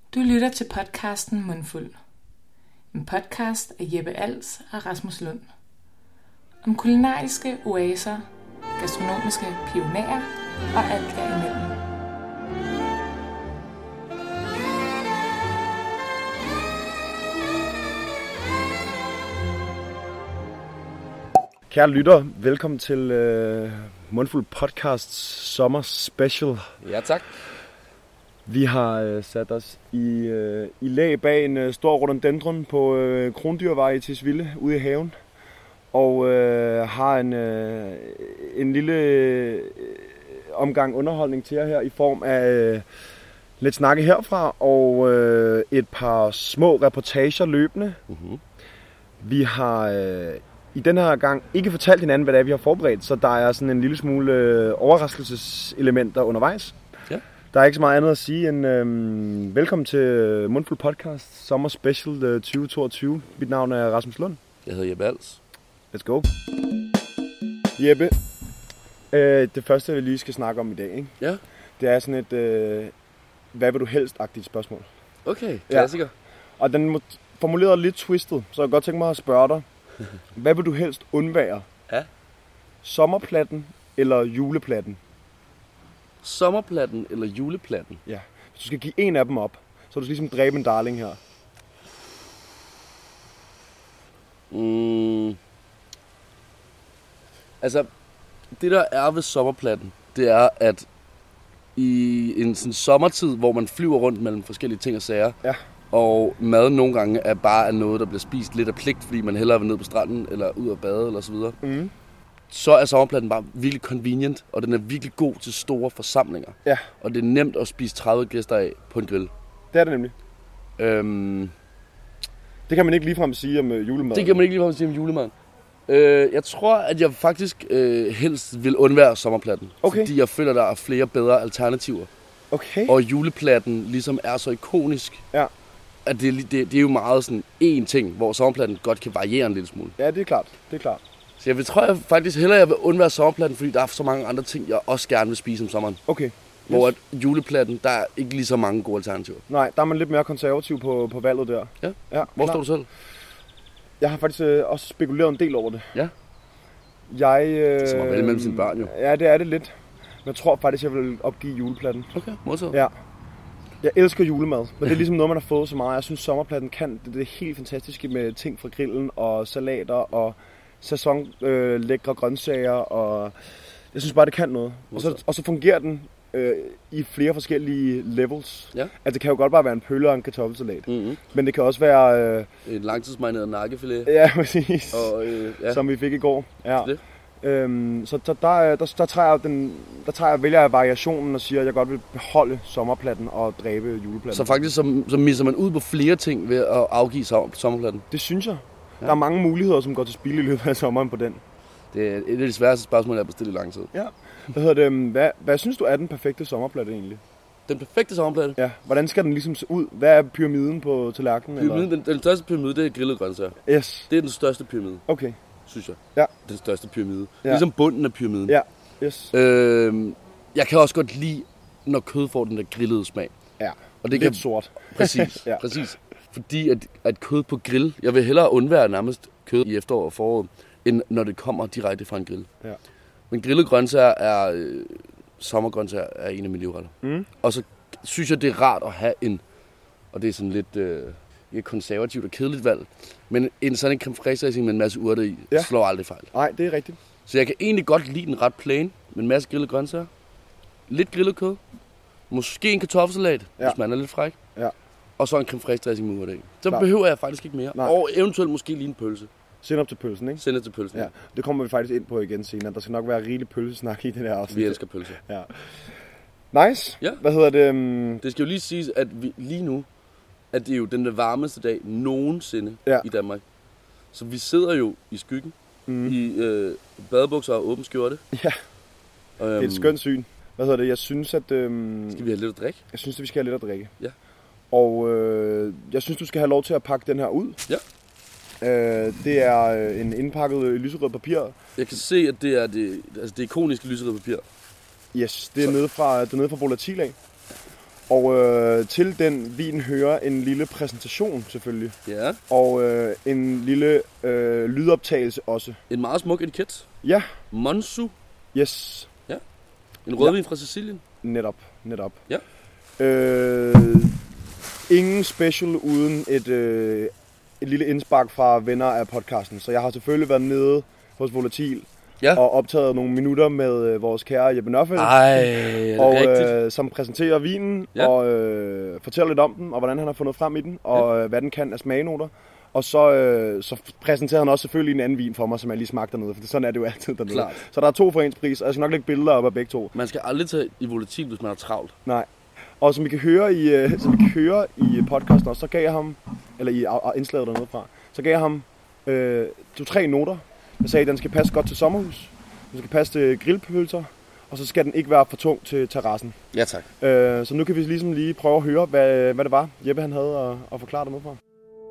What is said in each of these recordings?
Du lytter til podcasten Mundfuld. En podcast af Jeppe Als og Rasmus Lund. Om kulinariske oaser, gastronomiske pionerer og alt derimellem. Kære lytter, velkommen til Mundfuld Podcasts sommer special. Ja, tak. Vi har sat os i læ bag en stor rhododendron på Krondyrvej i Tisvilde ude i haven. Og har en lille omgang underholdning til jer her i form af lidt snakke herfra og et par små reportager løbende. Uh-huh. Vi har i den her gang ikke fortalt hinanden, hvad det er, vi har forberedt, så der er sådan en lille smule overraskelseselementer undervejs. Ja. Der er ikke så meget andet at sige end velkommen til Mundfuld Podcast Sommer Special 2022. Mit navn er Rasmus Lund. Jeg hedder Jeppe Als. Let's go. Jeppe, det første, vi lige skal snakke om i dag, ikke? Ja. Det er sådan et, hvad vil du helst-agtigt spørgsmål. Okay, klassiker. Ja. Og den er formuleret lidt twistet, så jeg kan godt tænke mig at spørge dig. Hvad vil du helst undvære? Ja. Sommerplatten eller juleplatten? Sommerplatten eller juleplatten? Ja. Hvis du skal give en af dem op, så du skal ligesom dræbe en darling her. Altså, det der er ved sommerplatten, det er, at i en sådan sommertid, hvor man flyver rundt mellem forskellige ting og sager, ja. Og mad nogle gange er bare noget, der bliver spist lidt af pligt, fordi man hellere vil ned på stranden, eller ud og bade, eller så videre. Mm. Så er sommerplatten bare virkelig convenient, og den er virkelig god til store forsamlinger. Ja. Og det er nemt at spise 30 gæster af på en grill. Det er det nemlig. Det kan man ikke ligefrem sige om julemad. Det kan man ikke ligefrem sige om julemad. Jeg tror, at jeg faktisk helst vil undvære sommerplatten. Okay. Fordi jeg føler, der er flere bedre alternativer. Okay. Og juleplatten ligesom er så ikonisk. Ja. At det er jo meget sådan én ting, hvor sommerplatten godt kan variere en lille smule. Ja, det er klart. Det er klart. Så jeg tror faktisk hellere, jeg vil undvære sommerplatten, fordi der er så mange andre ting, jeg også gerne vil spise om sommeren. Okay. Yes. Hvor at juleplatten, der er ikke lige så mange gode alternativer. Nej, der er man lidt mere konservativ på valget der. Ja. Hvor står du selv? Jeg har faktisk også spekuleret en del over det. Ja. Som at vælge mellem sine børn jo. Ja, det er det lidt. Men jeg tror faktisk, jeg vil opgive juleplatten. Okay, modtaget. Ja. Jeg elsker julemad, men det er ligesom noget, man har fået så meget. Jeg synes, sommerplatten kan det er helt fantastiske med ting fra grillen og salater og sæsonlækre grøntsager. Og jeg synes bare, det kan noget. Og så fungerer den i flere forskellige levels. Ja. Altså, det kan jo godt bare være en pølle og en kartoffelsalat. Mm-hmm. Men det kan også være en langtidsmarineret nakkefilet. Ja, præcis. Og, som vi fik i går. Ja. Det. Så der vælger jeg variationen og siger, at jeg godt vil beholde sommerplatten og dræbe juleplatten. Så faktisk så misser man ud på flere ting ved at afgive sommerplatten? Det synes jeg. Ja. Der er mange muligheder, som går til spil i løbet af sommeren på den. Det er et af de sværeste spørgsmål, jeg har bestilt i lang tid. Ja. Hvad synes du er den perfekte sommerplatte egentlig? Den perfekte sommerplatte? Ja. Hvordan skal den ligesom se ud? Hvad er pyramiden på tallerkenen? Den største pyramide, det er grillede grøntsager. Yes. Det er den største pyramide. Okay. Synes jeg. Ja. Den største pyramide. Ja. Ligesom bunden af pyramiden. Ja. Yes. Jeg kan også godt lide, når kød får den der grillede smag. Ja. Og det lidt sort. Præcis. Ja. Præcis. Fordi at kød på grill, jeg vil hellere undvære nærmest kød i efterår og foråret, end når det kommer direkte fra en grill. Ja. Men grillede grøntsager sommergrøntsager er en af mine livretter. Mm. Og så synes jeg, det er rart at have og det er sådan lidt konservativt og kedeligt valg, men sådan en creme fraiche dressing med en masse urter i, slår aldrig fejl. Nej, det er rigtigt. Så jeg kan egentlig godt lide den ret plain, med en masse grillede grøntsager, lidt grillet kød, måske en kartoffelsalat, hvis man er lidt fræk, og så en creme fraiche dressing med urter i. Så behøver jeg faktisk ikke mere. Nej. Og eventuelt måske lige en pølse. Send op til pølsen, ikke? Send op til pølsen. Ja, det kommer vi faktisk ind på igen senere. Der skal nok være rigelig pølsesnak i det her afsnit. Vi elsker pølse. Ja. Nice. Ja. Hvad hedder det? Det skal jo lige siges, at vi lige nu, at det er jo den varmeste dag nogensinde i Danmark. Så vi sidder jo i skyggen, i badebukser og åben skjorte. Ja, det er et skønt syn. Hvad hedder det? Jeg synes, at... Skal vi have lidt at drikke? Jeg synes, at vi skal have lidt at drikke. Ja. Og jeg synes, du skal have lov til at pakke den her ud. Ja. Det er en indpakket lyserød papir. Jeg kan se, at det er det ikoniske lyserøde papir. Yes, det er nede fra Volatil af. Og til den vin hører en lille præsentation selvfølgelig. Ja. Og en lille lydoptagelse også. En meget smuk etiket. Ja. Monsu. Yes. Ja. En rødvin fra Sicilien. Netop. Ja. Ingen special uden et lille indspark fra venner af podcasten. Så jeg har selvfølgelig været nede hos Volatil og optaget nogle minutter med vores kære Jeppe Nørfeldt. Og som præsenterer vinen og fortæller lidt om den, og hvordan han har fundet frem i den, og hvad den kan af smagenoter. Og så præsenterer han også selvfølgelig en anden vin for mig, som jeg lige smagte dernede, for sådan er det jo altid dernede. Klart. Så der er 2 for ens pris, og jeg skal nok lægge billeder op af begge 2. Man skal aldrig tage i Volatil, hvis man er travlt. Nej. Og som vi kan høre i podcasten også, så gav jeg ham, eller i indslaget dernede fra, så gav jeg ham 2-3 noter. Jeg sagde, at den skal passe godt til sommerhus, den skal passe til grillpølser, og så skal den ikke være for tung til terrassen. Ja, tak. Så nu kan vi ligesom lige prøve at høre, hvad det var, Jeppe han havde at forklare dernede fra.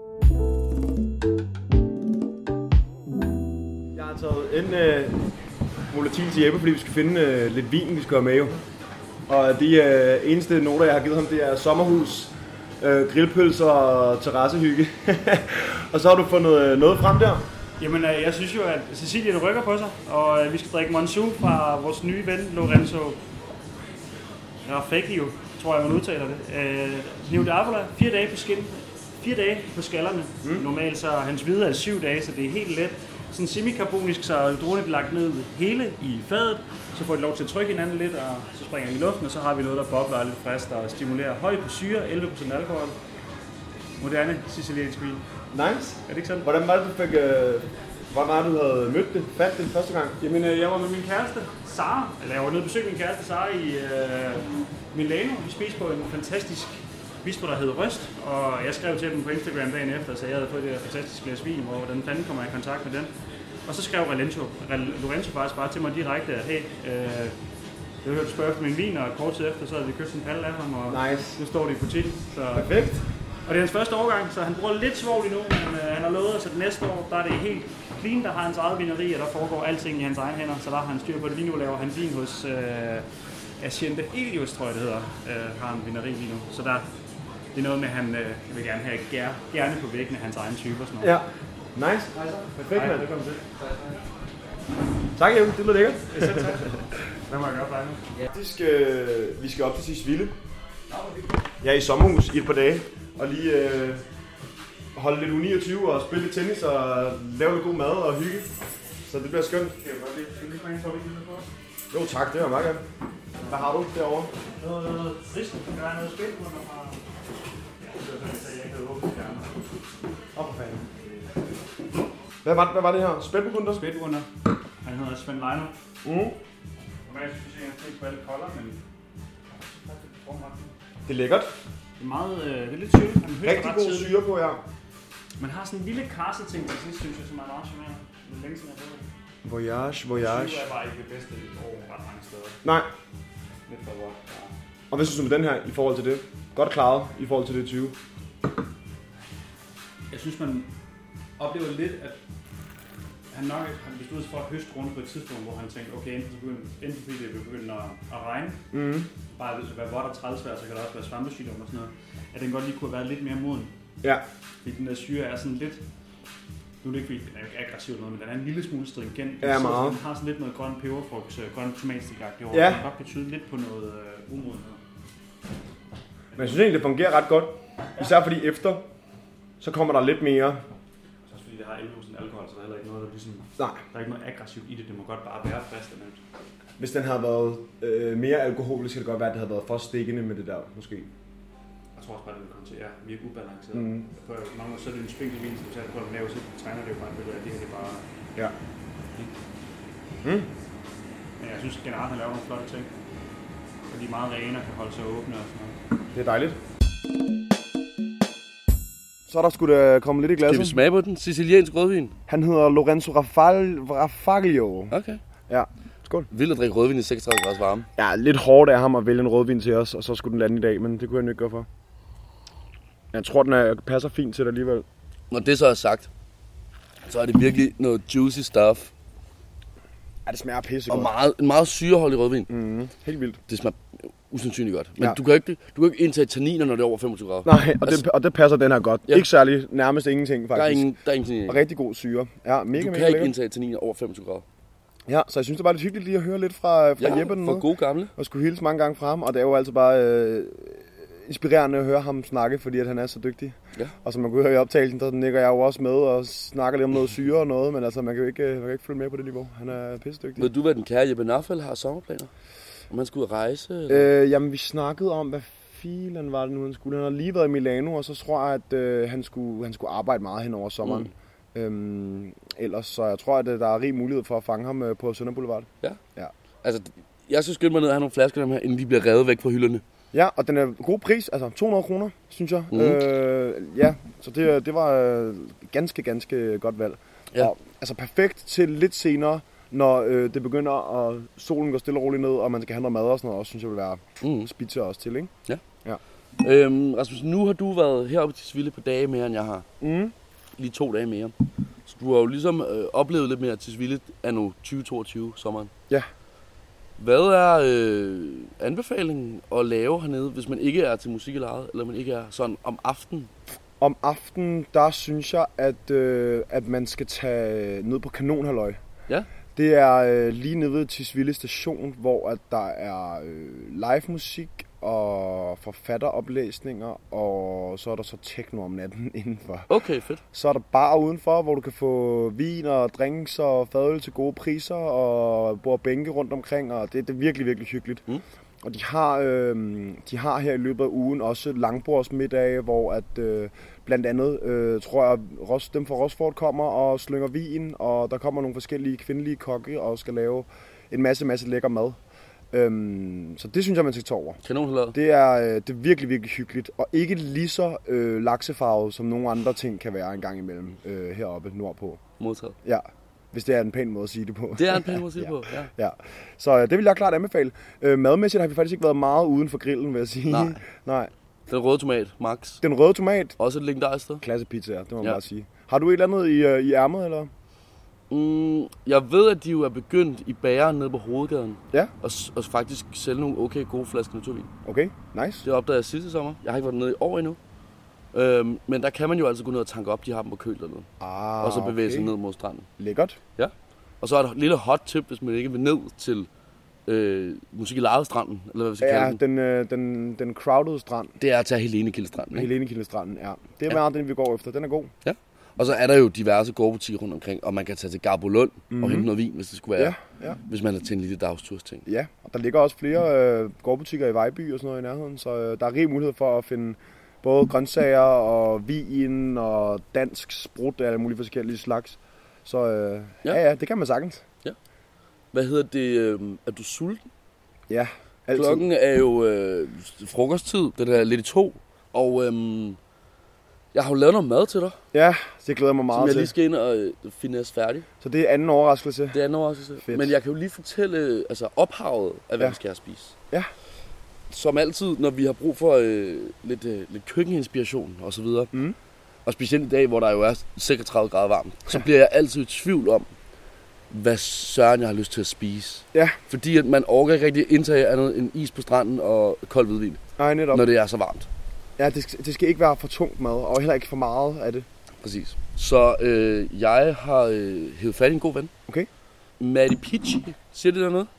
Jeg har taget en Volatil til Jeppe, fordi vi skal finde lidt vin, vi skal have med jo. Og de eneste noter, jeg har givet ham, det er sommerhus, grillpølser og terrassehygge. Og så har du fundet noget frem der? Jamen, jeg synes jo, at Sicilien rykker på sig, og vi skal drikke Monsu fra vores nye ven, Lorenzo Raffaglio, tror jeg, man udtaler det. Neo d'Avola, 4 dage på skin, 4 dage på skallerne. Normalt så er hans hvide 7 dage, så det er helt let. Sådan semikarbonisk, så druerne bliver lagt ned hele i fadet, så får de lov til at trykke hinanden lidt, og så springer de i luften, og så har vi noget, der bobler lidt frisk og stimulerer højt på syre, 11% alkohol. Moderne siciliansk vin. Nice. Er det ikke sådan? Hvordan var det, hvordan var det, du havde mødt det? Fandt det første gang? Jamen, jeg var med min kæreste, Sara. Eller jeg var nede og besøgte min kæreste, Sara, i Milano. Vi spiste på en fantastisk bistro, der hed Røst. Og jeg skrev til dem på Instagram dagen efter, så jeg havde fået det her fantastiske glas vin, hvor hvordan fanden kommer jeg i kontakt med den. Og så skrev Lorenzo faktisk bare til mig direkte, at hey, jeg hørte spørge efter min vin, og kort tid efter, så havde vi købt en palle af ham, og nu står det i butikken. Så perfekt. Og det er hans første årgang, så han bruger lidt svovl endnu, men han har lovet os, at næste år, der er det helt clean, der har hans eget vineri, og der foregår alting i hans egen hænder, så der har han styr på det. Lige nu laver han vin hos Asciende Helios, tror jeg det hedder, har han vineri lige nu. Så det er noget med, at han vil gerne have gerne på væggene hans egen type og sådan noget. Ja, nice. Perfekt, mand. Velkommen til. Tak, Jeppe. Det lyder lækkert. Selv tak. Hvad må jeg gøre for nu? Vi skal op til Tisvilde. Jeg er i sommerhus i et par dage. Og lige holde lidt U29 og spille lidt tennis og lave lidt god mad og hygge. Så det bliver skønt. Jo tak, det var meget godt. Hvad har du derovre? Noget fristen. Der er noget spætbunder fra... Jeg ikke havde åbent gerne. For fanden. Hvad var det her? Spætbunder? Spætbunder. Han hedder Svend Leino. Normalt synes jeg, at jeg ikke alle kolder, men... Det er lækkert. Det er meget, det er lidt syre. Rigtig god syre på, ja. Man har sådan en lille karse-ting, der sidst synes jeg, som er meget charmerende. Det er længe siden, jeg har det. Voyage. Syre er bare ikke det bedste over ret mange steder. Nej. Lidt for godt. Ja. Og hvad synes du med den her i forhold til det? Godt klaret i forhold til det 20. Jeg synes, man oplever lidt, at han nok har besluttet sig for at høste rundt på et tidspunkt, hvor han tænkte, okay, enten fordi det vil begynde at regne, bare hvis det vil være vådt og trælsvær, så kan der også være svampesygdom og sådan noget, at den godt lige kunne have været lidt mere moden. Ja. Fordi den der syre er sådan lidt, nu er det ikke fordi den er aggressiv eller noget, men den er en lille smule stringent. Ja, meget. Den har sådan lidt noget grøn peberfrugt, grøn tomatstilagtigt over. Ja. Det kan godt betyde lidt på noget umodenhed. Men jeg synes egentlig, det fungerer ret godt. Især fordi efter, så kommer der lidt mere... Også fordi det har 11% alkohol, så der er heller ikke noget, der ligesom... Nej. Der er ikke noget aggressivt i det, det må godt bare være frisk og nemt. Hvis den havde været mere alkoholisk, kan det godt være, at det havde været for stikkende med det der, måske. Jeg tror også bare, det vil komme til at virke ubalanceret. På mange år, så er det en spinkel vin, som du tager på den lave, så tegner det jo bare et billede af, det her det bare... Ja. Men jeg synes generelt, han laver nogle flotte ting. Og de er meget rene og kan holde sig åbne og sådan noget. Det er dejligt. Så er der skulle komme lidt i glasset. Skal vi smage på den? Siciliansk rødvin? Han hedder Lorenzo Raffaglio. Okay. Ja, skål. Vildt at drikke rødvin i 36 grader varme. Ja, lidt hårdt af ham at vælge en rødvin til os, og så skulle den lande i dag, men det kunne jeg ikke gøre for. Jeg tror, den passer fint til det alligevel. Når det så er sagt, så er det virkelig noget juicy stuff. Ja, det smager pissegodt. Og en meget syreholdig rødvin. Helt vildt. Det smager usandsynligt godt. Men du kan ikke indtage tanniner, når det er over 25 grader. Nej, og det passer den her godt. Ja. Ikke særlig, nærmest ingenting faktisk. Der er ingenting. Og rigtig god syre. Ja, mega, du kan ikke indtage tanniner over 25 grader. Ja, så jeg synes, det var lidt hyggeligt lige at høre lidt fra Jeppe dernede. For gode gamle. Og skulle hilse mange gange fra ham, og det er jo altså bare inspirerende at høre ham snakke, fordi at han er så dygtig. Ja. Og som man kunne høre i optagelsen, der nikker jeg jo også med og snakker lidt om noget syre og noget, men altså man kan jo ikke følge med på det niveau. Han er pisse dygtig. Ved du, hvad den kære Jeppe Naffel har sommerplaner? Om han skulle ud at rejse? Jamen vi snakkede om, hvad filen var det nu, han skulle. Han har lige været i Milano, og så tror jeg, at han skulle arbejde meget hen over sommeren. Ellers så jeg tror, at der er rig mulighed for at fange ham på Sønder Boulevard. Ja. Altså, jeg skal skynde mig ned og have nogle flasker af dem her, inden de bliver revet væk fra hylderne. Ja, og den er god pris, altså 200 kroner, synes jeg. Ja, så det var ganske godt valg. Ja. Og altså perfekt til lidt senere, når det begynder, og solen går stille og roligt ned, og man skal have noget mad og sådan noget, også synes jeg vil være spidse også til, ikke? Ja. Rasmus, nu har du været heroppe til Tisvilde på dage mere, end jeg har. Lige 2 dage mere. Så du har jo ligesom oplevet lidt mere til Tisvilde anno 2022 sommeren. Ja. Hvad er anbefalingen at lave hernede, hvis man ikke er til musik i lejet, eller man ikke er sådan om aftenen? Om aftenen, der synes jeg, at man skal tage ned på Kanonhalløj. Ja. Det er lige nede ved Tisvilde station, hvor at der er live musik og forfatteroplæsninger, og så er der så techno om natten indenfor. Okay, fedt. Så er der bar udenfor, hvor du kan få vin og drinks og fadøl til gode priser, og bord bænke rundt omkring, og det er virkelig, virkelig hyggeligt. Og de har her i løbet af ugen også langbordsmiddage, hvor at blandt andet, tror jeg, dem fra Rosford kommer og slynger vin, og der kommer nogle forskellige kvindelige kokke og skal lave en masse lækker mad. Så det synes jeg, man skal tage over. Kanonhalløjet. Det er virkelig, virkelig hyggeligt, og ikke lige så laksefarvet, som nogle andre ting kan være en gang imellem heroppe nordpå. Modtaget. Ja, hvis det er en pæn måde at sige det på. Det er en pæn måde at sige det på, ja. Så det vil jeg klart anbefale. Madmæssigt har vi faktisk ikke været meget uden for grillen, vil jeg sige. Nej. Den røde tomat, max. Den røde tomat. Også et legendarisk sted. Klasse pizza, det må man bare sige. Har du et eller andet i ærmet, eller? Jeg ved, at de jo er begyndt i bageren nede på Hovedgaden. Ja. Og faktisk sælge nogle okay gode flasker naturvin. Okay, nice. Det opdagede jeg sidste sommer. Jeg har ikke været nede i år endnu. Men der kan man jo altså gå ned og tanke op. De har dem på køl dernede. Og så bevæge sig ned mod stranden. Lækkert. Ja. Og så er der et lille hot tip, hvis man ikke vil ned til musik i lejet stranden, eller hvad vi skal kalde den. Den crowded strand. Det er at tage Helenekildestranden. Helenekildestranden, ja. Det er meget den, vi går efter. Den er god. Ja. Og så er der jo diverse gårdbutikker rundt omkring, og man kan tage til Garbolund og hente noget vin, hvis det skulle være, hvis man er til en lille dagsturting. Ja, og der ligger også flere gårdbutikker i Vejby og sådan noget i nærheden, så der er rig mulighed for at finde både grøntsager og vin og dansk sprut og alle mulige forskellige slags. Så ja, det kan man sagtens. Ja. Hvad hedder det? Er du sulten? Ja, altid. Klokken er jo frokosttid, det er lidt i 2, og jeg har jo lavet noget mad til dig. Ja, det glæder mig meget til. Som jeg lige skal ind og finesse færdig. Så det er anden overraskelse? Det er anden overraskelse. Fedt. Men jeg kan jo lige fortælle ophavet af, hvad vi skal spise. Ja. Som altid, når vi har brug for lidt køkkeninspiration og så videre. Og specielt i dag, hvor der jo er 36 grader varmt, så bliver jeg altid i tvivl om, hvad søren jeg har lyst til at spise. Ja. Fordi at man orker ikke rigtig indtage andet end is på stranden og kold hvidvin. Nej, netop. Når det er så varmt. Ja, det skal ikke være for tungt mad, og heller ikke for meget af det. Præcis. Så jeg har hævet fat i en god ven. Okay. Matty Pichi. Siger det der noget?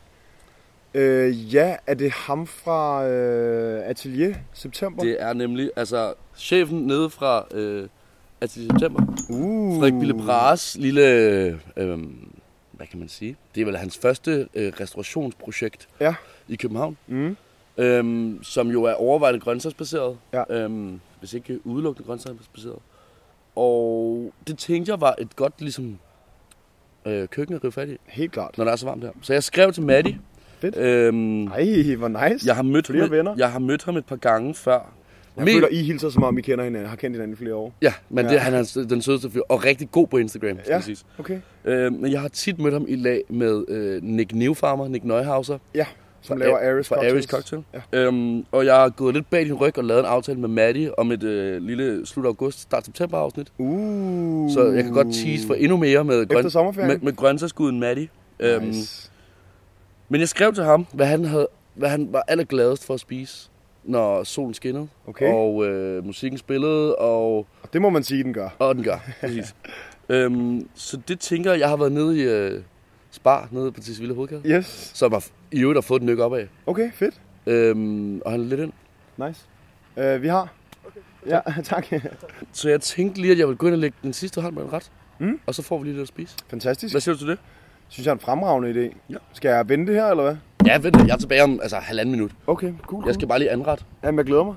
Ja, er det ham fra Atelier September? Det er nemlig, altså chefen nede fra Atelier September. Frederik Bille Brahes lille, hvad kan man sige? Det er vel hans første restaurationsprojekt i København. Som jo er overvejende grøntsagsbaseret. Ja. Hvis ikke udelukkende grøntsagsbaseret. Og det tænkte jeg var et godt ligesom køkken at rive fat i. Helt klart. Når det er så varmt her. Så jeg skrev til Matty. Fedt. Ej, hvor nice. Jeg har mødt ham et par gange før. Jeg føler, I hilser, som om I kender hinanden, har kendt hinanden i flere år. Ja, men det, han er den sødeste fyr, og rigtig god på Instagram, skal jeg sige. Okay. Men jeg har tit mødt ham i lag med Nick Neufarmer, Nick Neuhauser. Ja, som laver Aris Cocktail. Ja. Og jeg har gået lidt bag din ryg og lavet en aftale med Matty om et lille slut august, start september afsnit. Så jeg kan godt tease for endnu mere med grøntsagsguden Matty. Nice. Men jeg skrev til ham, hvad han havde hvad han var allergladest for at spise, når solen skinnede. Okay. Og musikken spillede, og det må man sige, den gør. Og den gør, præcis. Så det tænker jeg har været nede i Spar, nede på Tisvilde Hovedgade. Yes. Som har i øvrigt har fået et nyk opad. Okay, fedt. Og han er lidt ind. Nice. Vi har. Okay. Ja, tak. Så jeg tænkte lige, at jeg ville gå ind og lægge den sidste hånd med en ret. Og så får vi lige lidt at spise. Fantastisk. Hvad siger du til det? Synes jeg er en fremragende idé. Ja. Skal jeg vente det her, eller hvad? Ja, vent. Jeg er tilbage om 1,5 minut. Okay, cool. Jeg skal bare lige anret. Jamen, jeg glæder mig.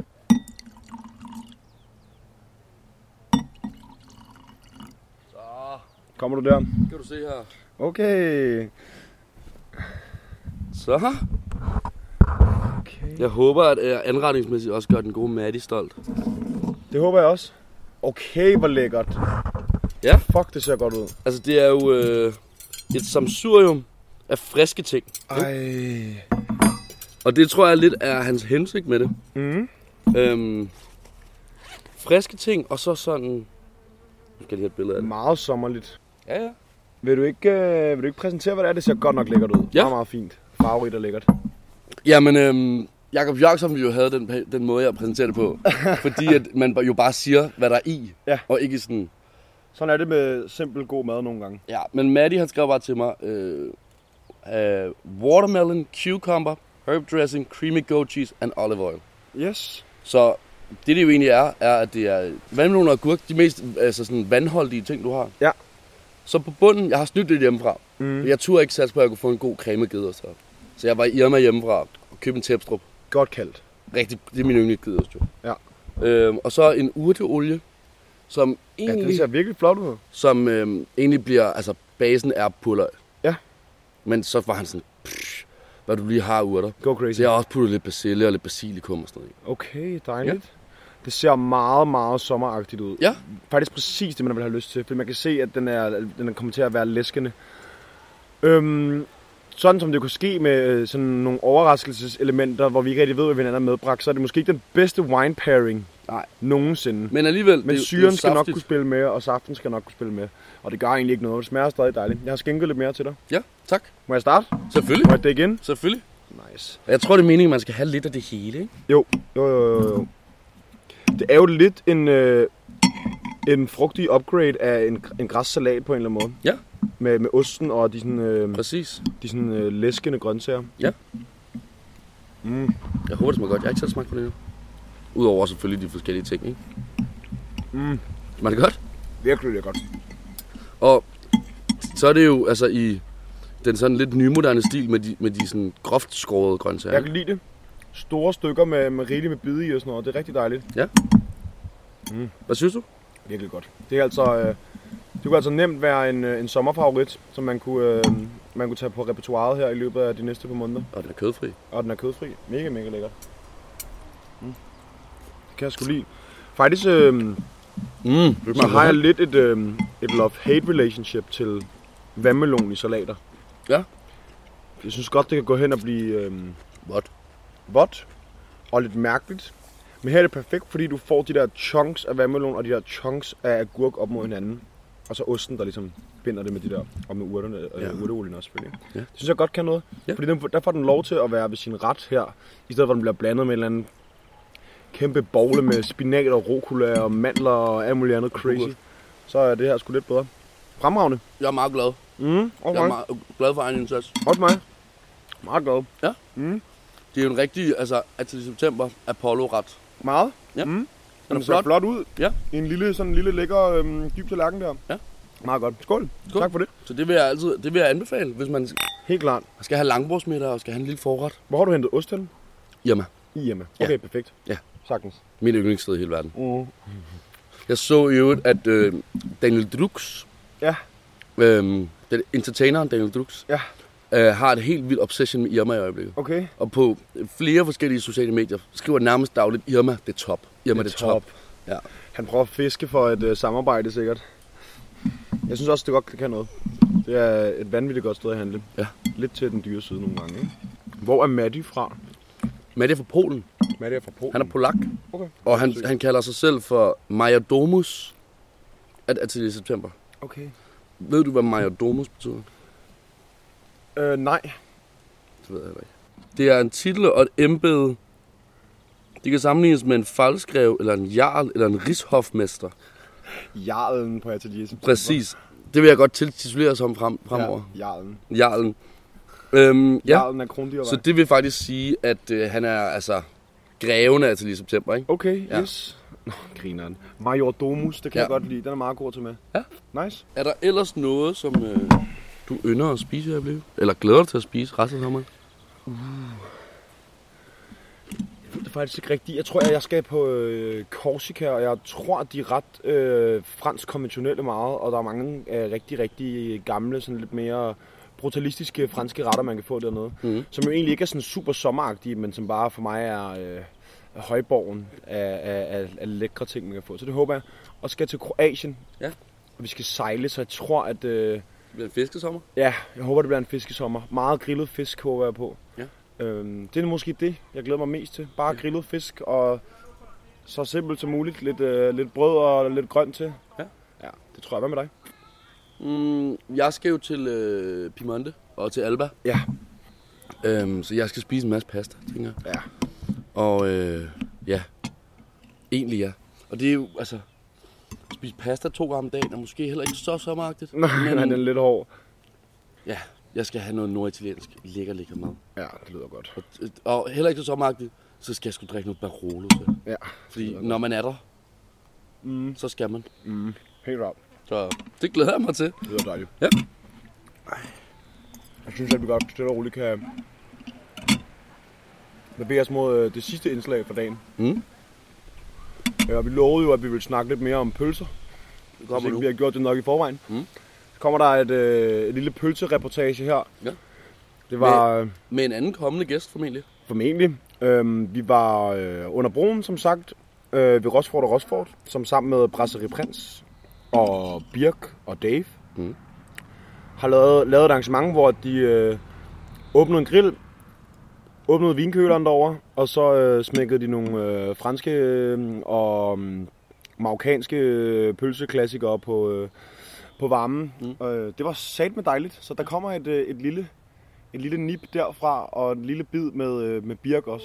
Så. Kommer du der? Kan du se her. Okay. Så. Okay. Jeg håber, at jeg anretningsmæssigt også gør den gode Maddie stolt. Det håber jeg også. Okay, hvor lækkert. Ja. Fuck, det ser godt ud. Altså, det er jo et sammensurium af friske ting. Ej. Og det tror jeg lidt er hans hensigt med det. Friske ting, og så sådan... Nu skal jeg lige have et billede af det. Meget sommerligt. Ja. Vil du ikke præsentere, hvad det er? Det ser godt nok lækkert ud. Ja. Meget, meget fint. Farverigt og lækkert. Jamen, Jakob Jørgensen vi jo havde den måde, jeg præsenterer det på. Fordi at man jo bare siger, hvad der er i. Ja. Og ikke sådan... Sådan er det med simpel god mad nogle gange. Ja, men Maddie han skrev bare til mig... watermelon, cucumber, herb dressing, creamy goat cheese and olive oil. Yes. Så det jo egentlig er at det er vandmelon og agurk, de mest sådan vandholdige ting, du har. Ja. Så på bunden, jeg har snydt lidt hjemmefra. Jeg turde ikke satse på, at jeg kunne få en god cremeged og så. Så jeg var i Irma hjemmefra og købte en tæpstrup. Godt kaldt. Rigtig, det er min yndlingsged jo. Ja. Og så en urteolie, som egentlig... Ja, det ser virkelig flot ud. Som egentlig bliver, altså basen er purløg. Ja. Men så var han sådan, hvad du lige har urter. Go crazy. Så jeg har også puttet lidt persille og lidt basilikum og sådan noget. Okay, dejligt. Ja. Det ser meget, meget sommeragtigt ud. Ja. Faktisk præcis det, man vil have lyst til. For man kan se, at den er kommet til at være læskende. Sådan som det kunne ske med sådan nogle overraskelseselementer, hvor vi ikke rigtig ved, hvad vi er medbragt, så er det måske ikke den bedste wine pairing nogensinde. Men alligevel, men syren skal nok kunne spille med, og saften skal nok kunne spille med. Og det gør egentlig ikke noget. Det smager stadig dejligt. Jeg har skænket lidt mere til dig. Ja, tak. Må jeg starte? Selvfølgelig. Må jeg dække ind? Selvfølgelig. Nice. Jeg tror, det er meningen, at man skal have lidt af det hele, ikke? Jo. Det er jo lidt en frugtig upgrade af en græssalat på en eller anden måde. Ja. Med osten og de sådan, præcis. De sådan læskende grøntsager. Ja. Jeg håber, det smager godt. Jeg har ikke selv smagt på det endnu. Udover selvfølgelig de forskellige ting, ikke? Smager det godt? Virkelig, det er godt. Og så er det jo altså i den sådan lidt nymoderne stil med de sådan groft skårede grøntsager. Jeg kan lide det. Store stykker med rigeligt med bide i og sådan noget. Det er rigtig dejligt. Ja. Hvad synes du? Virkelig godt. Det er altså... det kunne altså nemt være en sommerfavorit, som man kunne tage på repertoiret her i løbet af de næste par måneder. Og den er kødfri. Mega, mega lækkert. Det kan jeg sgu lide. Faktisk så har jeg lidt et love-hate relationship til vandmelon i salater. Ja. Jeg synes godt, det kan gå hen og blive vådt og lidt mærkeligt. Men her er det perfekt, fordi du får de der chunks af vandmelon og de der chunks af agurk op mod hinanden. Og så osten, der ligesom binder det med de der, og med urterne og urteolien også selvfølgelig. Ja. Det synes jeg godt kan noget. Ja. Fordi der får den lov til at være ved sin ret her, i stedet for at den bliver blandet med en eller anden kæmpe bogle med spinat og rucola og mandler og alt muligt andet crazy. Så er det her sgu lidt bedre. Fremragende. Jeg er meget glad. Okay. Jeg er meget glad for egen indsats. Også mig. Meget glad. Ja. Det er jo en rigtig, altså til september, Apollo-ret. Meget. Ja. Den ser flot ud. Ja. I en lille lækker dyb tallerken der. Ja. Meget godt. Skål. Tak for det. Så det vil jeg anbefale, hvis man helt klart skal have langbordsmiddag og skal have en lille forret. Hvor har du hentet ost hen? Irma. Okay, perfekt. Ja. Sagtens. Min yndlingssted i hele verden. Jeg så i øvrigt, at Daniel Drux, den entertaineren Daniel Drux, har et helt vildt obsession med Irma i øjeblikket. Okay. Og på flere forskellige sociale medier skriver nærmest dagligt, Irma, det er top. Irma, det er top. Ja. Han prøver at fiske for et samarbejde sikkert. Jeg synes også, det godt kan noget. Det er et vanvittigt godt sted at handle. Ja. Lidt til den dyre side nogle gange, ikke? Hvor er Maddie fra? Maddie er fra Polen. Han er polak. Okay. Og han kalder sig selv for Majordomus til september. Okay. Ved du, hvad Majordomus betyder? Nej. Det ved jeg heller ikke. Det er en titel og et embede. Det kan sammenlignes med en falskrev, eller en jarl, eller en rigshofmester. Jarlen på atelier. Præcis. Det vil jeg godt titulere som fremover. Ja, jarlen. Jarlen. Jarlen er Krondyrvej. Så det vil faktisk sige, at han er altså greven af Atelier September, ikke? Okay, ja. Yes. Grineren. Majordomus, det kan jeg godt lide. Den er meget god at tage med. Ja. Nice. Er der ellers noget, som du ynder at spise, jeg blev? Eller glæder dig til at spise resten af sommeren? Jeg ved det faktisk ikke rigtigt. Jeg tror, jeg skal på Korsika, og jeg tror, at de er ret fransk konventionelle meget, og der er mange rigtig, rigtig gamle, sådan lidt mere brutalistiske franske retter, man kan få dernede. Mm. Som jo egentlig ikke er sådan super sommeragtige, men som bare for mig er højborgen af lækre ting, man kan få. Så det håber jeg. Og skal til Kroatien, og vi skal sejle, så jeg tror, at det bliver en fiskesommer? Ja, jeg håber, det bliver en fiskesommer. Meget grillet fisk håber jeg på. Ja. Det er måske det, jeg glæder mig mest til. Bare grillet fisk og så simpelt som muligt. Lidt brød og lidt grønt til. Ja, det tror jeg. Hvad med dig? Jeg skal jo til Piemonte og til Alba. Ja. Så jeg skal spise en masse pasta, tænker jeg. Ja. Og egentlig ja. Og det er jo, altså, spise pasta 2 gange om dagen er måske heller ikke så sommeragtigt. Nej, den er lidt hård. Ja, jeg skal have noget norditaliensk lækker mad. Ja, det lyder godt. Og heller ikke så sommeragtigt, så skal jeg sgu drikke noget Barolo til. Ja. Fordi når man er der, så skal man. Helt op. Så det glæder jeg mig til. Det lyder dejligt. Ja. Jeg synes, at vi godt stille og roligt kan bevæge os mod det sidste indslag for dagen. Vi lovede jo, at vi ville snakke lidt mere om pølser. Hvis ikke vi har gjort det nok i forvejen. Så kommer der et lille pølsereportage her. Ja. Det var med en anden kommende gæst formentlig. Formentlig. Vi var under broen, som sagt, ved Rochefort, som sammen med Brasserie Prince og Birk og Dave har lavet et arrangement, hvor de åbnede en grill, åbnede vinkøleren derovre, og så smækkede de nogle franske og marokkanske pølseklassikere på varmen. Det var satme dejligt, så der kommer et lille nip derfra, og en lille bid med Birk også.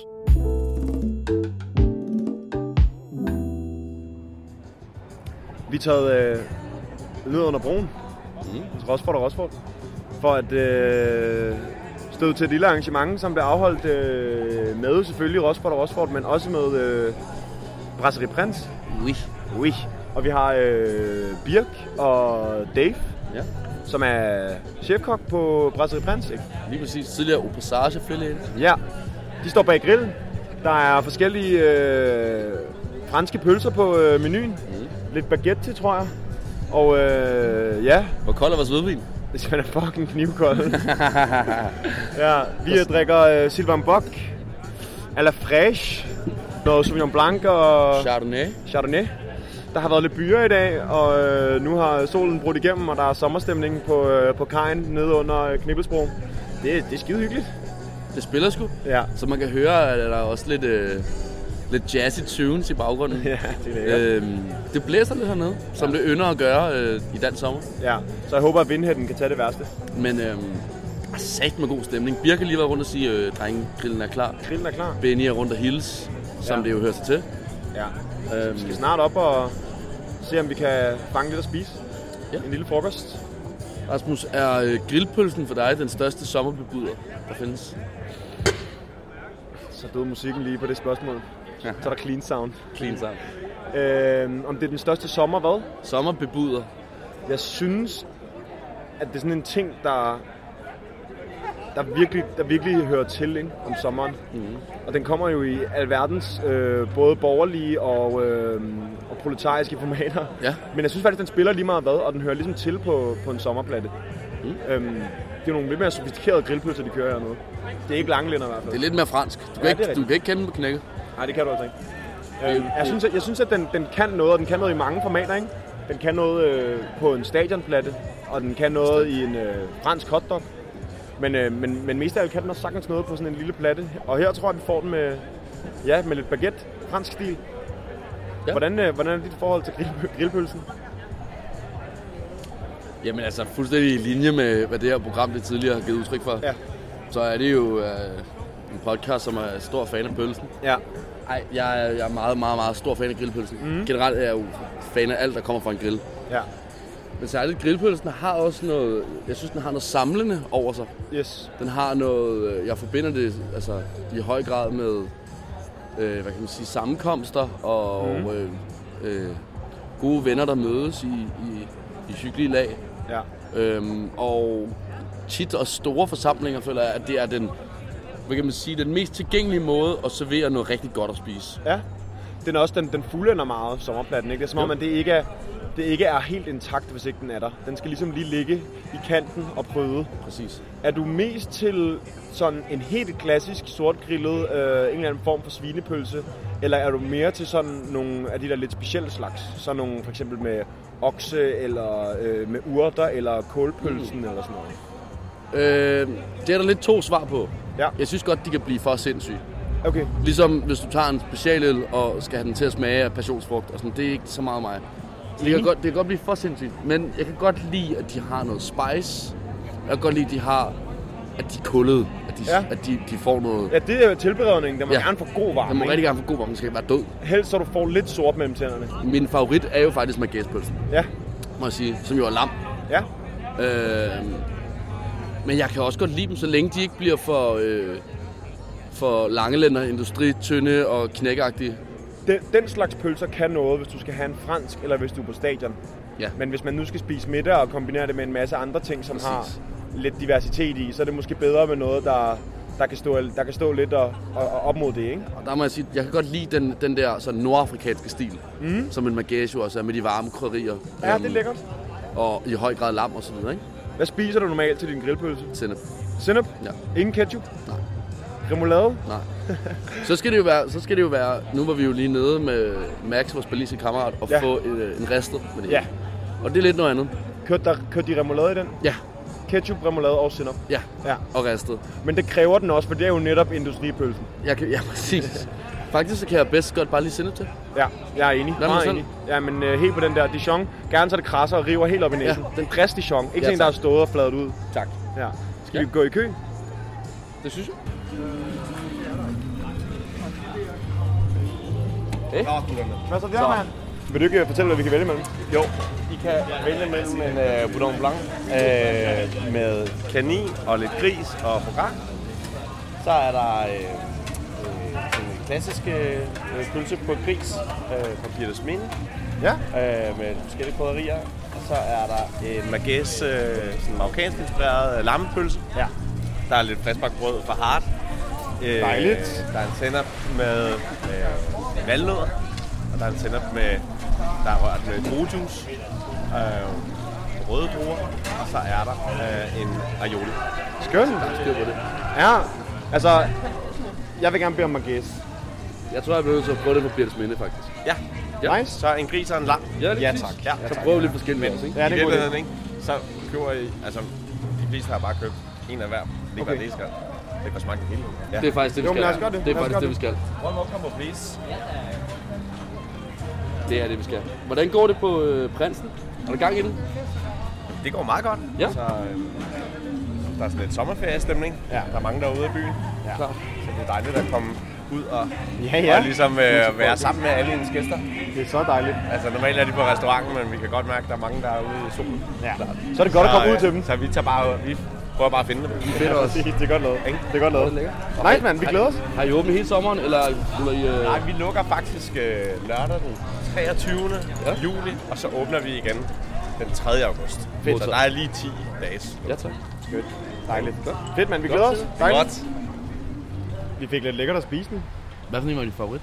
Vi er taget ned under broen, Rochefort, for at støde til et lille arrangement, som blev afholdt med selvfølgelig Rochefort, men også med Brasserie Prince. Oui. Og vi har Birk og Dave, som er chefkok på Brasserie Prince, ikke? Lige præcis. Tidligere au passage affiliate. Ja, de står bag grillen. Der er forskellige franske pølser på menuen. Lidt baguette til, tror jeg. Og Hvor kold er vores hvidvin? Det er fucking knivkold. Ja, vi drikker Sylvain Bock, à la fraîche, noget Sauvignon Blanc og Chardonnay. Der har været lidt byer i dag, og nu har solen brudt igennem, og der er sommerstemning på kajen nede under Knibbelsbro. Det er skide hyggeligt. Det spiller sgu. Ja. Så man kan høre, at der er også lidt jazzy tunes i baggrunden. Ja, det er det blæser lidt hernede, som det ynder at gøre i dansk sommer. Ja, så jeg håber, at vindhætten kan tage det værste. Men sat med god stemning. Birke lige været rundt og sige, drenge, grillen er klar. Grillen er klar. Benny er rundt og hils, som det jo hører sig til. Ja. Vi skal snart op og se, om vi kan fange lidt at spise. Ja. En lille frokost. Rasmus, er grillpølsen for dig den største sommerbebuder, der findes? Så døde musikken lige på det spørgsmål. Ja. Så er der clean sound. Om det er den største sommer, hvad? Sommerbebuder. Jeg synes, at det er sådan en ting, der virkelig hører til, ikke? Om sommeren. Og den kommer jo i alverdens både borgerlige og proletariske formater. Ja. Men jeg synes faktisk, den spiller lige meget hvad, og den hører ligesom til på en sommerplatte. Det er nogle lidt mere sofistikerede grillpølser, de kører hernede. Det er ikke langlænder i hvert fald. Det er lidt mere fransk. Du kan ikke kende dem på knækket. Nej, det kan du altså ikke. Jeg synes, at den kan noget, og den kan noget i mange formater, ikke? Den kan noget på en stadionplatte, og den kan noget i en fransk hotdog. Men mest af alt kan den også sagtens noget på sådan en lille platte. Og her tror jeg, vi får den med lidt baguette, fransk stil. Ja. Hvordan er dit forhold til grillpølsen? Jamen altså, fuldstændig i linje med, hvad det her program det tidligere har givet udtryk for. Ja. Så er det jo En podcast, som er stor fan af pølsen. Ja. Ej, jeg er meget, meget, meget stor fan af grillpølsen. Generelt er jeg jo fan af alt, der kommer fra en grill. Ja. Men særligt grillpølsen har også noget, jeg synes, den har noget samlende over sig. Yes. Den har noget, jeg forbinder det altså, i høj grad med, hvad kan man sige, sammenkomster og gode venner, der mødes i hyggelige lag. Ja. Og tit og store forsamlinger føler jeg, at det er den, hvad kan man sige, den mest tilgængelige måde at servere noget rigtig godt at spise. Ja. Den er også den fuldender meget sommerplatten, ikke? Det er som om, at det ikke er helt intakt, hvis ikke den er der. Den skal ligesom lige ligge i kanten og prøve. Præcis. Er du mest til sådan en helt klassisk sortgrillet, en eller anden form for svinepølse, eller er du mere til sådan nogle af de der lidt specielle slags? Sådan nogle for eksempel med okse, eller med urter, eller kålpølsen, eller sådan noget? Det er der lidt to svar på. Ja. Jeg synes godt, de kan blive for sindssyge. Okay. Ligesom hvis du tager en specialøl og skal have den til at smage af passionsfrugt, og sådan, det er ikke så meget mig. Så det kan godt blive for sindssygt, men jeg kan godt lide, at de har noget spice. Jeg kan godt lide, at de er kullede, at de får noget. Ja, det er jo tilberedningen. Den må gerne få god varme. Den må rigtig gerne få god varme, den skal ikke være død. Helst så du får lidt sort mellem tænderne. Min favorit er jo faktisk magæspølsen. Ja. Må jeg sige, som jo er lam. Ja. Men jeg kan også godt lide dem, så længe de ikke bliver for langelænder, industritynde og knækagtige. Den slags pølser kan noget, hvis du skal have en fransk, eller hvis du er på stadion. Ja. Men hvis man nu skal spise middag og kombinere det med en masse andre ting, som har lidt diversitet i, så er det måske bedre med noget, der kan stå lidt og op mod det, ikke? Og der må jeg sige, jeg kan godt lide den der sådan nordafrikanske stil, som en magæsio også er, med de varme krydderier. Ja, det er lækkert. Og i høj grad lam og sådan noget, ikke? Hvad spiser du normalt til din grillpølse? Sennep. Sennep? Ja. Ingen ketchup? Nej. Remoulade? Nej. Så skal det jo være, nu var vi jo lige nede med Max, vores balisiske kammerat, og få en ristet med det. Ja. Og det er lidt noget andet. Kørte de remoulade i den? Ja. Ketchup, remoulade og sennep? Ja. Og ristet. Men det kræver den også, for det er jo netop industripølsen. Ja, præcis. Faktisk så kan jeg bedst godt bare lige sennep til. Ja, jeg er enig. Meget enig. Ja, men helt på den der Dijon. Gerne så det krasser og river helt op i næsen. Ja. Den friske Dijon. Ikke sådan, der er stået og fladet ud. Tak. Ja. Skal vi gå i kø? Det synes jeg. Hvad så der, mand? Vil du ikke fortælle, hvad vi kan vælge mellem? Jo, I kan vælge mellem en Bouillon Blanc med kanin og lidt gris og foie gras. Så er der en klassisk pølse på gris fra Birtes Minde med forskellige krydderier. Og så er der en magæs, sådan marokkansk inspireret lammepølse. Ja. Der er lidt friskbagt brød fra Hart. Dejligt. Der er en sennep med valnødder, og der er en sennep der er rørt med druejuice, røde druer, og så er der en aioli. Skønt. Styr på det. Ja, altså, jeg vil gerne bede om magæs. Jeg tror, jeg bliver nødt til at prøve det på Birtes Minde, faktisk. Ja. Nice. Så en gris og en lam. Ja, tak. Ja, så prøver lidt forskelligt også, ikke? Ja, det er godt. Ikke? Så køber I, altså, de fleste har bare købt en af hver. Det er ikke, hvad det skal. Det kan smage det hele. Ja. Det er faktisk det, vi skal. Det er faktisk det, vi skal. One more combo, please. Det er det, vi skal. Hvordan går det på Prinsen? Er der gang i den? Det går meget godt. Ja. Så, der er sådan lidt sommerferiestemning. Ja. Der er mange derude i byen. Ja. Så det er dejligt at komme ud og ligesom være sammen med alle ens gæster. Det er så dejligt. Altså normalt er de på restauranten, men vi kan godt mærke, at der er mange, der er ude i solen. Ja. Så er det godt at komme ud til dem. Så vi prøver bare at finde dem. Vi finder os. Det er godt lavet. Det er godt lavet. Nice, mand. Vi glæder os. Har I åbent hele sommeren, eller Nej, vi lukker faktisk lørdag den 23. juli, og så åbner vi igen den 3. august. Fedt. Så der er lige 10 dage. Ja, tak. Skønt. Dejligt. Fedt, mand. Vi glæder os. Godt. Vi fik lidt lækkert at spise den. Hvad for en var din favorit?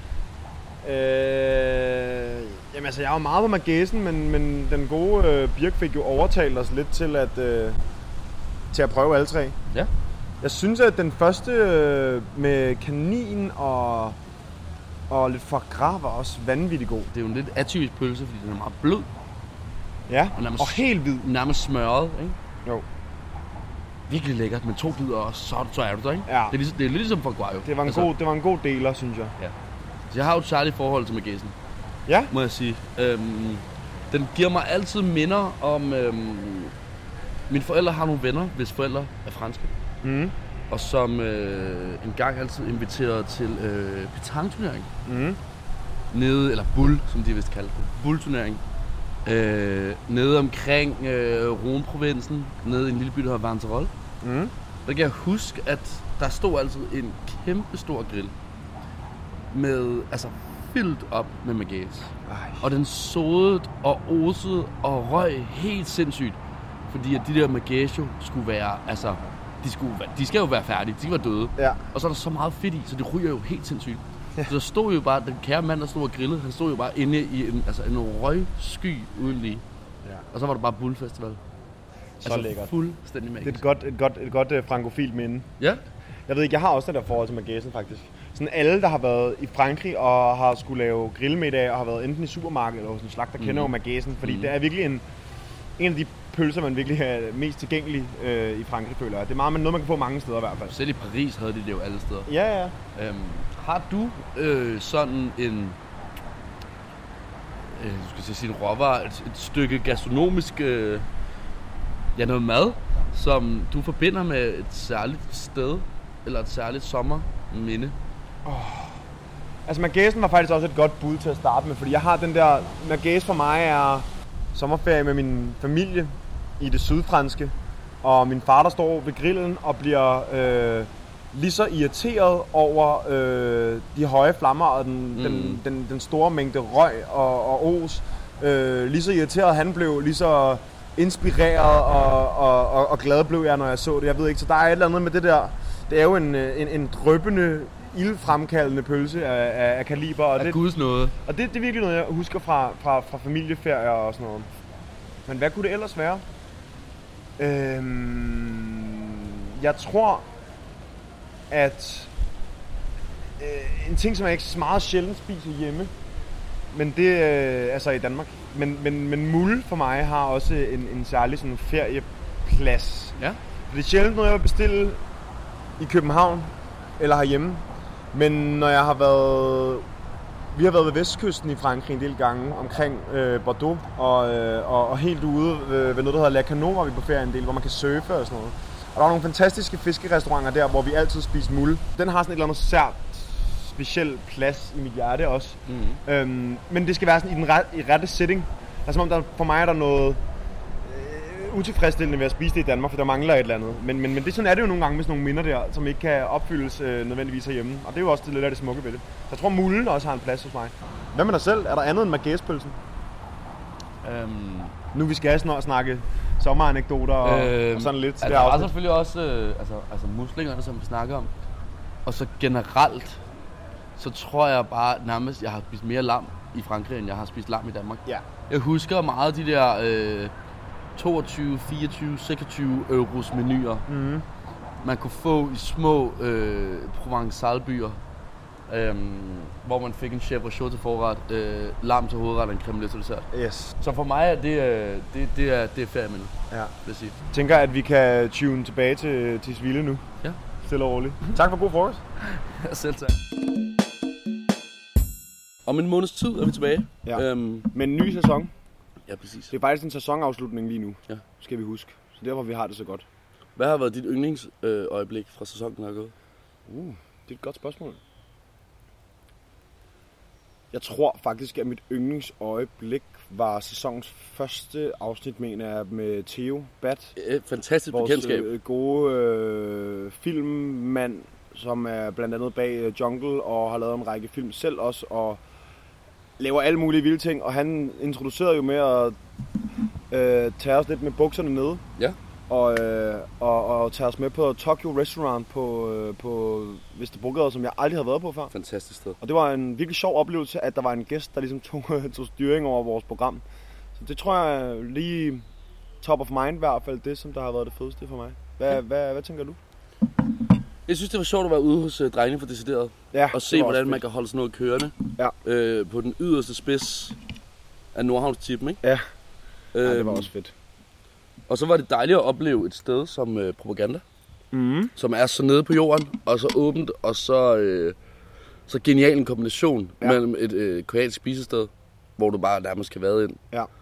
Jamen altså, jeg var meget på magæsen, men den gode Birk fik jo overtalt os lidt til at prøve alle tre. Ja. Jeg synes, at den første med kanin og lidt foie gras var også vanvittigt god. Det er jo en lidt atypisk pølse, fordi den er meget blød. Ja, og helt hvid. Nærmest smørret, ikke? Jo. Virkelig lækkert, med 2 bidder også, så er du der, ikke? Ja. Det er lidt ligesom foie gras, jo. Det var en god deler, synes jeg. Ja. Så jeg har jo et særligt forhold til magæsen. Ja? Må jeg sige. Den giver mig altid minder om... mine forældre har nogle venner, hvis forældre er franske. Mm. og som en gang altid inviterede til petang-turnering. Nede, eller bull, som de vist kaldte det. Bull-turnering. Nede omkring Rhône-provinsen, nede i en lille by, der hedder Vanterol. Der kan jeg huske, at der stod altid en kæmpe stor grill. Med, altså fyldt op med magæs. Og den såede og osede og røg helt sindssygt. Fordi at de der magæs jo skulle være, altså, de skal jo være færdige, de skal være døde. Ja. Og så er der så meget fedt i, så det ryger jo helt sindssygt. Ja. Så der stod jo bare, den kære mand, der stod og grillede, han stod jo bare inde i en røgsky uden lige. Ja. Og så var der bare bullfestival. Så altså lækkert. Fuldstændig magisk. Det er et godt frankofilt minde. Ja. Jeg ved ikke, jeg har også det der forhold til magæsen faktisk. Sådan alle, der har været i Frankrig og har skulle lave grillmiddag og har været enten i supermarkedet eller hos en slagter, kender jo magæsen. Fordi det er virkelig en af de pølser, man virkelig er mest tilgængelig i Frankrig, føler jeg. Det er meget noget, man kan få mange steder i hvert fald. Selv i Paris havde de det jo alle steder. Ja. Har du sådan en råvarer, et stykke gastronomisk noget mad, som du forbinder med et særligt sted eller et særligt sommerminde? Altså magæsen var faktisk også et godt bud til at starte med, fordi jeg har den der magæs for mig er sommerferie med min familie i det sydfranske, og min far der står ved grillen og bliver lige så irriteret over de høje flammer og den store mængde røg og os. Lige så irriteret han blev, lige så inspireret og glad blev jeg, når jeg så det. Jeg ved ikke, så der er et eller andet med det der. Det er jo en dryppende, ildfremkaldende pølse af kaliber. Og det, Guds nåde. Og det er virkelig noget, jeg husker fra familieferier og sådan noget. Men hvad kunne det ellers være? Jeg tror, at en ting, som jeg ikke meget sjældent spiser hjemme, men det altså i Danmark, men mulle for mig har også en særlig sådan ferieplads. Ja. Det er sjældent noget, jeg vil bestille i København eller herhjemme, men når jeg har været... Vi har været ved vestkysten i Frankrig en del gange, omkring Bordeaux, og helt ude ved noget, der hedder La Cano, var vi på ferie en del, hvor man kan surfe og sådan noget. Og der var nogle fantastiske fiskerestauranter der, hvor vi altid spiste mulle. Den har sådan et eller andet sært, speciel plads i mit hjerte også. Men det skal være sådan i rette setting. Altså som om for mig er der noget utilfredsstillende ved at spise det i Danmark, for der mangler et eller andet. Men det, sådan er det jo nogle gange med sådan nogle minder der, som ikke kan opfyldes nødvendigvis herhjemme. Og det er jo også det lidt af det smukke ved det. Så jeg tror, mullen også har en plads hos mig. Hvad med dig selv? Er der andet end magæspølsen? Nu vi skal snart snakke sommeranekdoter og sådan lidt. Der er selvfølgelig også altså muslingerne, som vi snakker om. Og så generelt, så tror jeg bare nærmest, jeg har spist mere lam i Frankrig, end jeg har spist lam i Danmark. Ja. Jeg husker meget de der 22, 24, 26 euros menuer, man kunne få i små provençal-byer, hvor man fik en chèvre til forret, lam til hovedret og en crème til dessert. Yes. Så for mig er det er feriemenu, vil jeg sige. Jeg tænker, at vi kan tune tilbage til Tisvilde nu. Ja. Stille og roligt. Tak for god frokost. Selv tak. Om en måneds tid er vi tilbage. Ja. Med en ny sæson. Ja, præcis. Det er faktisk en sæsonafslutning lige nu, ja. Skal vi huske. Så derfor vi har det så godt. Hvad har været dit yndlingsøjeblik fra sæsonen, der er gået? Det er et godt spørgsmål. Jeg tror faktisk, at mit yndlingsøjeblik var sæsonens første afsnit, mener jeg, med Theo Bat. Fantastisk bekendtskab. Vores gode filmmand, som er blandt andet bag Jungle og har lavet en række film selv også, og laver alle mulige vilde ting. Og han introducerede jo med at tage os lidt med bukserne nede. Ja. Og tage os med på Tokyo Restaurant på Vesterbrogade, som jeg aldrig havde været på før. Fantastisk sted. Og det var en virkelig sjov oplevelse, at der var en gæst, der ligesom tog styring over vores program. Så det tror jeg lige top of mind i hvert fald, det som der har været det fedeste for mig. Hvad tænker du? Jeg synes, det var sjovt at være ude hos drengene for Decideret. Ja, og se, hvordan man kan holde sådan noget kørende. Ja. På den yderste spids af Nordhavnstippen, ikke? Ja. Det var også fedt. Og så var det dejligt at opleve et sted som Propaganda. Som er så nede på jorden, og så åbent, og så genial en kombination mellem et koreansk spisested, hvor du bare nærmest kan vade ind. Ja.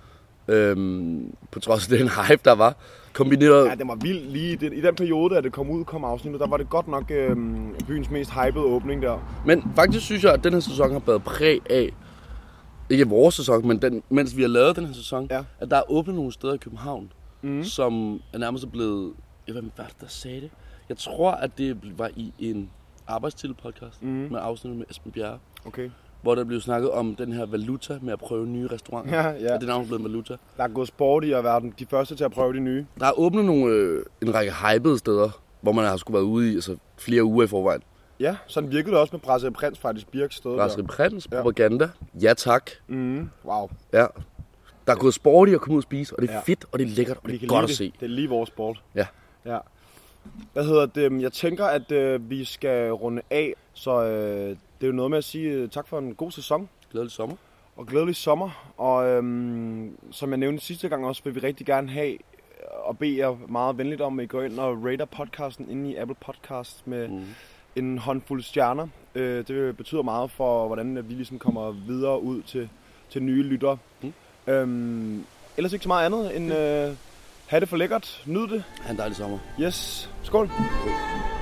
På trods af den hype, der var. Kombineret... Ja, det var vildt lige i den periode, da det kom afsnittet, der var det godt nok byens mest hypede åbning der. Men faktisk synes jeg, at den her sæson har været præg af, ikke vores sæson, men mens vi har lavet den her sæson, at der er åbnet nogle steder i København, som er nærmest blevet... Jeg ved ikke, hvad der sagde det. Jeg tror, at det var i en arbejdstitel-podcast med afsnittet med Esben Bjerre. Okay. Hvor der blev snakket om den her valuta med at prøve nye restauranter. Ja. Og det er navnet blevet valuta. Der er gået sport i at være de første til at prøve de nye. Der er åbnet en række hypede steder, hvor man har skulle være ude i flere uger i forvejen. Ja, sådan virkede det også med Brasserie Prins faktisk Birks sted. Brasserie Prins, propaganda, ja tak. Wow. Ja. Der er gået sport i at komme ud og spise, og det er fedt, og det er lækkert, og det er godt at se. Det er lige vores sport. Ja. Hvad hedder det? Jeg tænker, at vi skal runde af, så det er jo noget med at sige tak for en god sæson. Glædelig sommer. Og glædelig sommer. Og som jeg nævnte sidste gang også, vil vi rigtig gerne have og bede jer meget venligt om, at I går ind og rater podcasten inde i Apple Podcasts med en håndfuld stjerner. Det betyder meget for, hvordan vi ligesom kommer videre ud til nye lyttere. Ellers ikke så meget andet end... Ha' det for lækkert. Nyd det. Ha' en dejlig sommer. Yes. Skål.